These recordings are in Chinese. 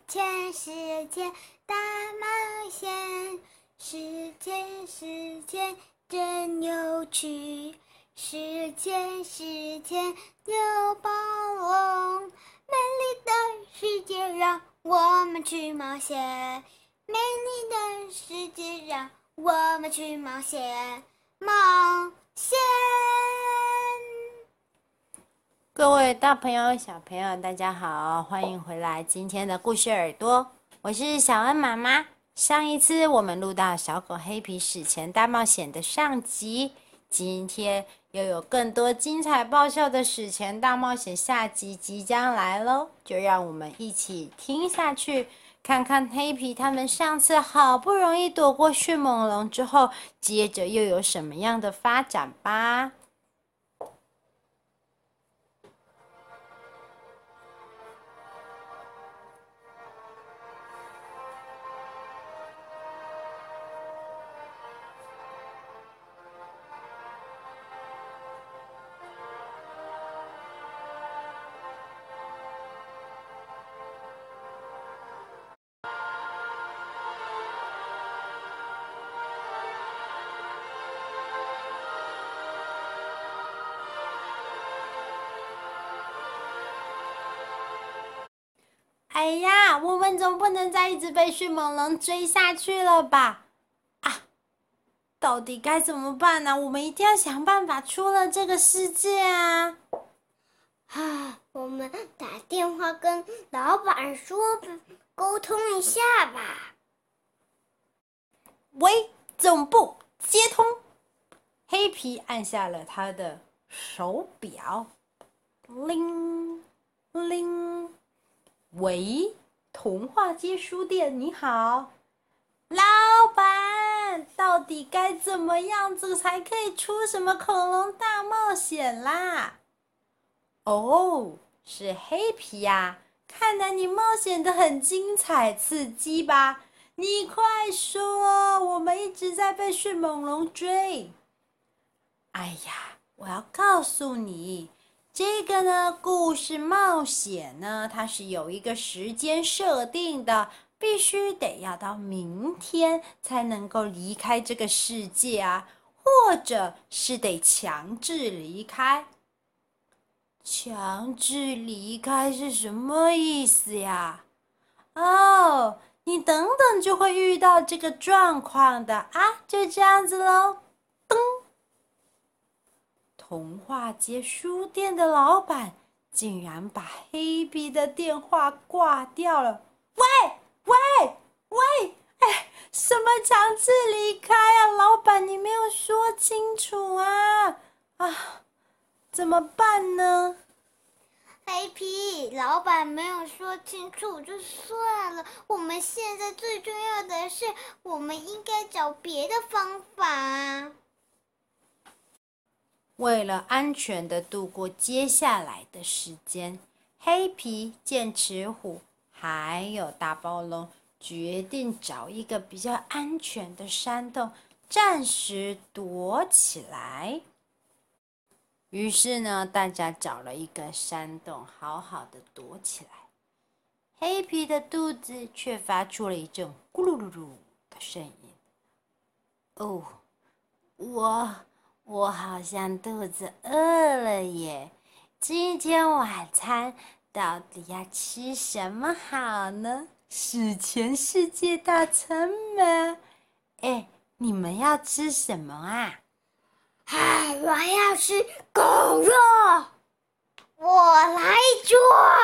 前世界大冒险，世界真有趣，世界有暴龙，美丽的世界让我们去冒险，美丽的世界让我们去冒险，冒险。 各位大朋友、小朋友，大家好，欢迎回来今天的故事耳朵，我是小恩妈妈。上一次我们录到小狗黑皮史前大冒险的上集，今天又有更多精彩爆笑的史前大冒险下集即将来咯，就让我们一起听下去，看看黑皮他们上次好不容易躲过迅猛龙之后，接着又有什么样的发展吧。哎呀，我们总不能再一直被迅猛龙追下去了吧？啊，到底该怎么办呢？我们一定要想办法出了这个世界啊！ 我们打电话跟老板说，沟通一下吧。 喂，总部接通。黑皮按下了他的手表，铃铃。喂，童话街书店，你好，老板，到底该怎么样子才可以出什么恐龙大冒险啦？哦，是黑皮呀，看来你冒险的很精彩刺激吧？你快说，我们一直在被迅猛龙追。哎呀，我要告诉你，这个呢，故事冒险呢，它是有一个时间设定的，必须得要到明天才能够离开这个世界啊，或者是得强制离开。强制离开是什么意思呀？哦，你等等就会遇到这个状况的啊，就这样子咯。噔，童话街书店的老板竟然把黑皮的电话挂掉了。喂，哎，什么强制离开啊？老板，你没有说清楚啊！怎么办呢？ 黑皮，老板没有说清楚就算了，我们现在最重要的是，我们应该找别的方法。 为了安全的度过接下来的时间，黑皮、剑齿虎还有大暴龙决定找一个比较安全的山洞，暂时躲起来。于是呢，大家找了一个山洞，好好的躲起来。黑皮的肚子却发出了一阵咕噜噜噜的声音。哦，我好像肚子饿了耶！今天晚餐到底要吃什么好呢？史前世界大餐吗？哎，你们要吃什么啊？ 我要吃狗肉，我来做。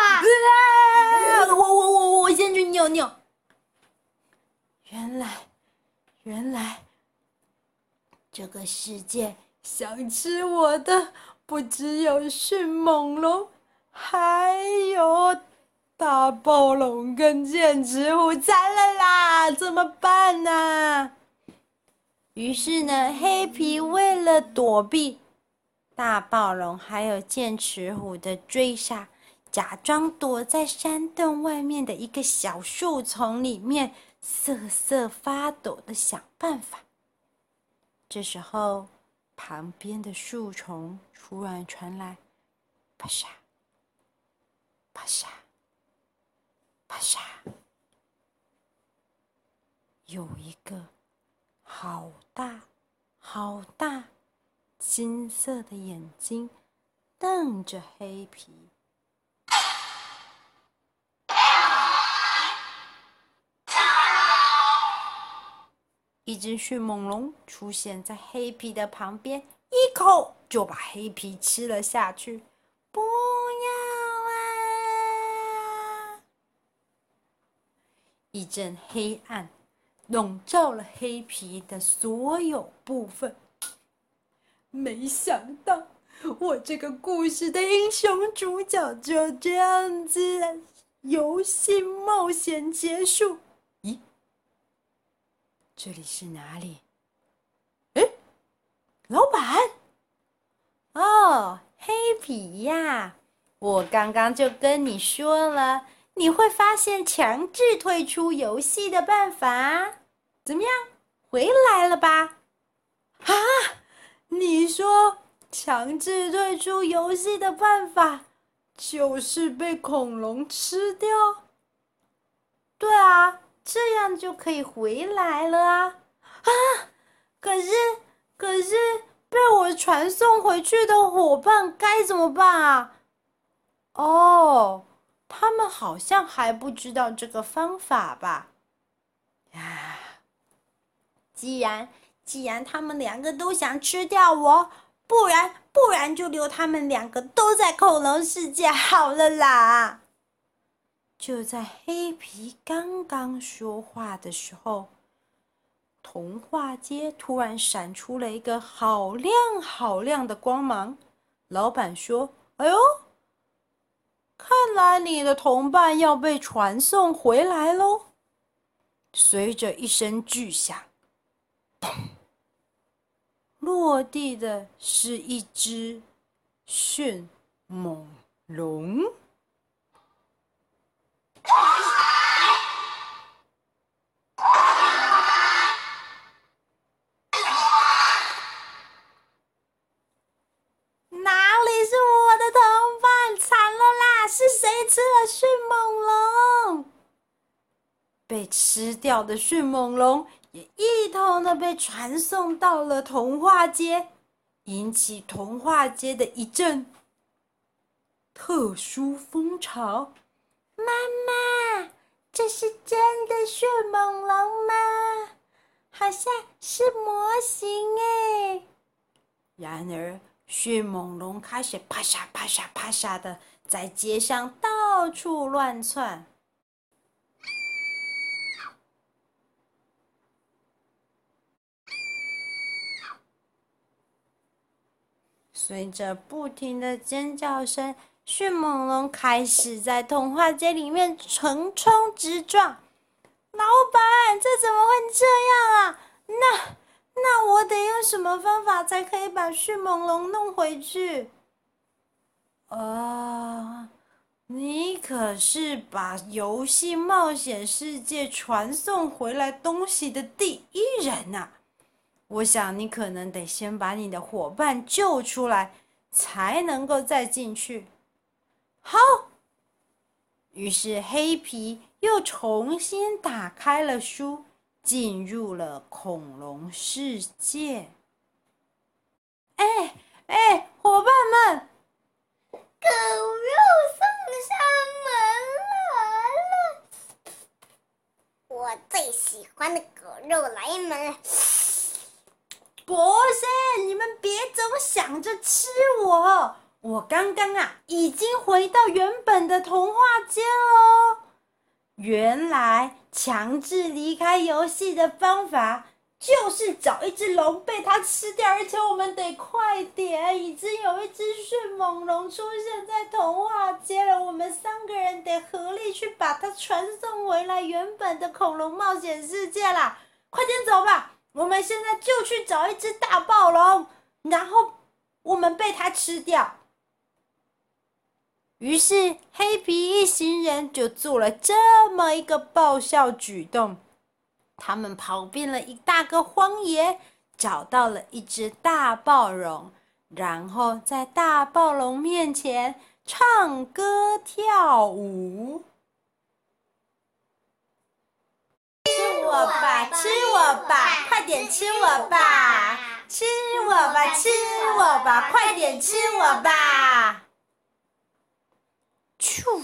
我先去尿尿。原来，这个世界想吃我的不只有迅猛龙，还有大暴龙跟剑齿虎，惨了啦！怎么办呢？于是呢，黑皮为了躲避大暴龙还有剑齿虎的追杀，假装躲在山洞外面的一个小树丛里面，瑟瑟发抖的想办法。这时候，旁边的树丛突然传来啪嚓、啪嚓、啪嚓有一个好大好大金色的眼睛瞪着黑皮。一只迅猛龙出现在黑皮的旁边，一口就把黑皮吃了下去。不要啊！一阵黑暗笼罩了黑皮的所有部分。没想到，我这个故事的英雄主角就这样子，游戏冒险结束。咦？这里是哪里？诶，老板！哦，黑皮呀，我刚刚就跟你说了，你会发现强制退出游戏的办法。怎么样？回来了吧？啊，你说强制退出游戏的办法就是被恐龙吃掉？对啊，这样就可以回来了啊！可是被我传送回去的伙伴该怎么办啊？哦，他们好像还不知道这个方法吧？啊，既然他们两个都想吃掉我，不然就留他们两个都在恐龙世界好了啦！就在黑皮刚刚说话的时候，童话街突然闪出了一个好亮好亮的光芒。老板说：“哎呦，看来你的同伴要被传送回来喽！”随着一声巨响，砰！落地的是一只迅猛龙。哪里是我的同伴？惨了啦！是谁吃了迅猛龙？被吃掉的迅猛龙也一同的被传送到了童话街，引起童话街的一阵特殊风潮。妈妈，这是真的迅猛龙吗？好像是模型哎。然而，迅猛龙开始啪嚓啪嚓啪嚓的在街上到处乱窜。随着不停的尖叫声，迅猛龙开始在童话街里面横冲直撞。老板，这怎么会这样啊？那我得用什么方法才可以把迅猛龙弄回去？你可是把游戏冒险世界传送回来东西的第一人啊！我想你可能得先把你的伙伴救出来，才能够再进去。好，于是黑皮又重新打开了书，进入了恐龙世界。伙伴们， 狗肉送上门了！我最喜欢的狗肉来门。 不是，你们别总想着吃我！我刚刚已经回到原本的童话街喽。原来强制离开游戏的方法就是找一只龙被它吃掉，而且我们得快点，已经有一只迅猛龙出现在童话街了，我们3个人得合力去把它传送回来原本的恐龙冒险世界啦！快点走吧！我们现在就去找一只大暴龙，然后我们被它吃掉。于是黑皮一行人就做了这么一个爆笑举动。他们跑遍了一大个荒野，找到了一只大暴龙，然后在大暴龙面前唱歌跳舞。是我我吧，吃我吧，快点吃我吧，吃我吧，吃我吧，快点吃我吧。咻！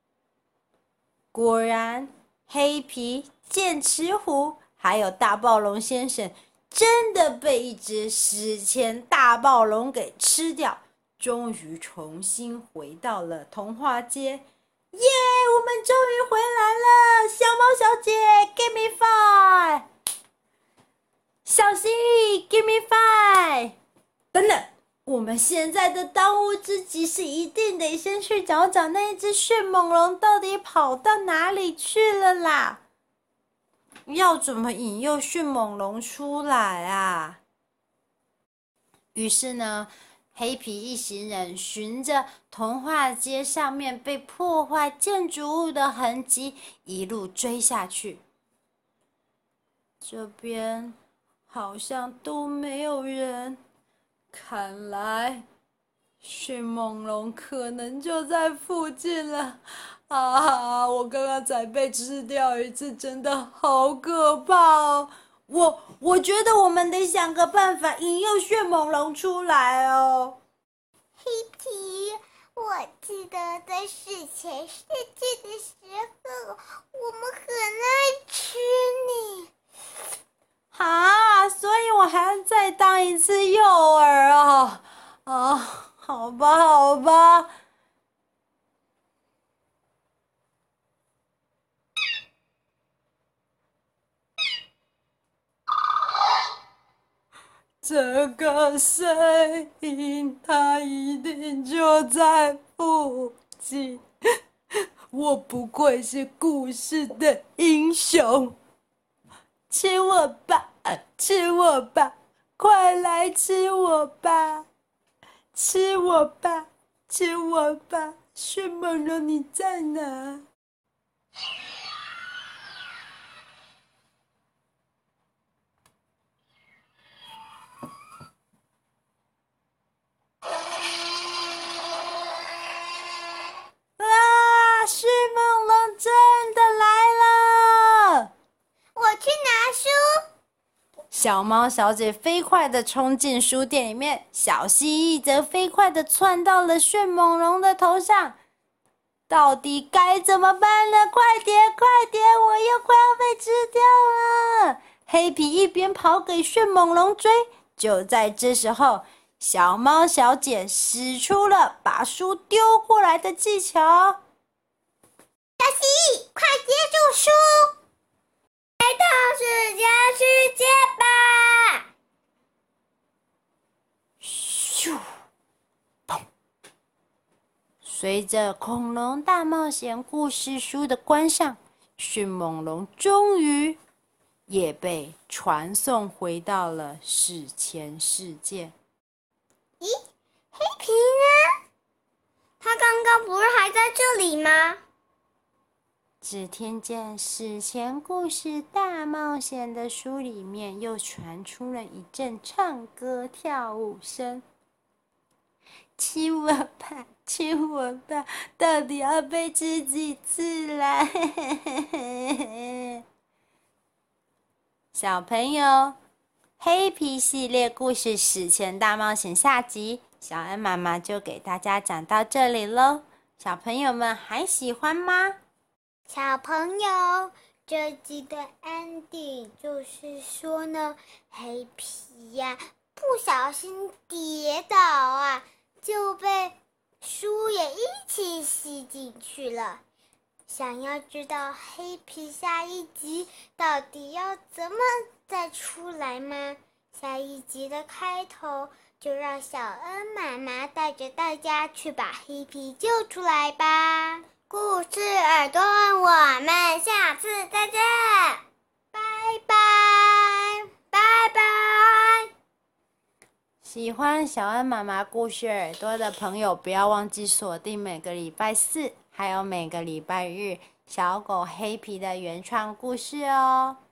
果然，黑皮、剑齿虎还有大暴龙先生真的被一只史前大暴龙给吃掉，终于重新回到了童话街。耶！我们终于回来了，小猫小姐 ，Give me five！ 小蜥蜴 ，Give me five！ 等等，我们现在的当务之急是一定得先去找找那一只迅猛龙到底跑到哪里去了啦！要怎么引诱迅猛龙出来啊？于是呢，黑皮一行人循着童话街上面被破坏建筑物的痕迹，一路追下去。这边好像都没有人，看来迅猛龙可能就在附近了。啊！我刚刚才被吃掉一次，真的好可怕哦！我觉得我们得想个办法引诱迅猛龙出来哦。 黑皮，我记得在史前世界的时候，我们很爱吃你。 所以我还要再当一次诱饵啊！好吧，好吧。这个声音，它一定就在附近。我不愧是故事的英雄。吃我吧，吃我吧，快来吃我吧！吃我吧，吃我吧，迅猛龙你在哪？迅猛龙真的来了！ 我去拿书。 小猫小姐飞快地冲进书店里面，小蜥蜴则飞快地窜到了迅猛龙的头上。到底该怎么办呢？快点，快点！我又快要被吃掉了！黑皮一边跑给迅猛龙追，就在这时候，小猫小姐使出了把书丢过来的技巧。 小蜥蜴，快接住书！来到史前世界吧！ 咻！砰！随着《恐龙大冒险》故事书的关上，迅猛龙终于也被传送回到了史前世界。 咦，黑皮呢？他刚刚不是还在这里吗？ 只听见史前故事大冒险的书里面又传出了一阵唱歌跳舞声。吃我吧，吃我吧，到底要被吃几次啦？小朋友，黑皮系列故事史前大冒险下集，小恩妈妈就给大家讲到这里咯。小朋友们还喜欢吗？ 小朋友，这集的 ending 就是说呢，黑皮呀不小心跌倒啊，就被书也一起吸进去了。想要知道黑皮下一集到底要怎么再出来吗？下一集的开头就让小恩妈妈带着大家去把黑皮救出来吧。故事耳朵，我们下次再见，拜拜，拜拜。 喜欢小恩妈妈故事耳朵的朋友，不要忘记锁定每个礼拜四，还有每个礼拜日小狗黑皮的原创故事哦。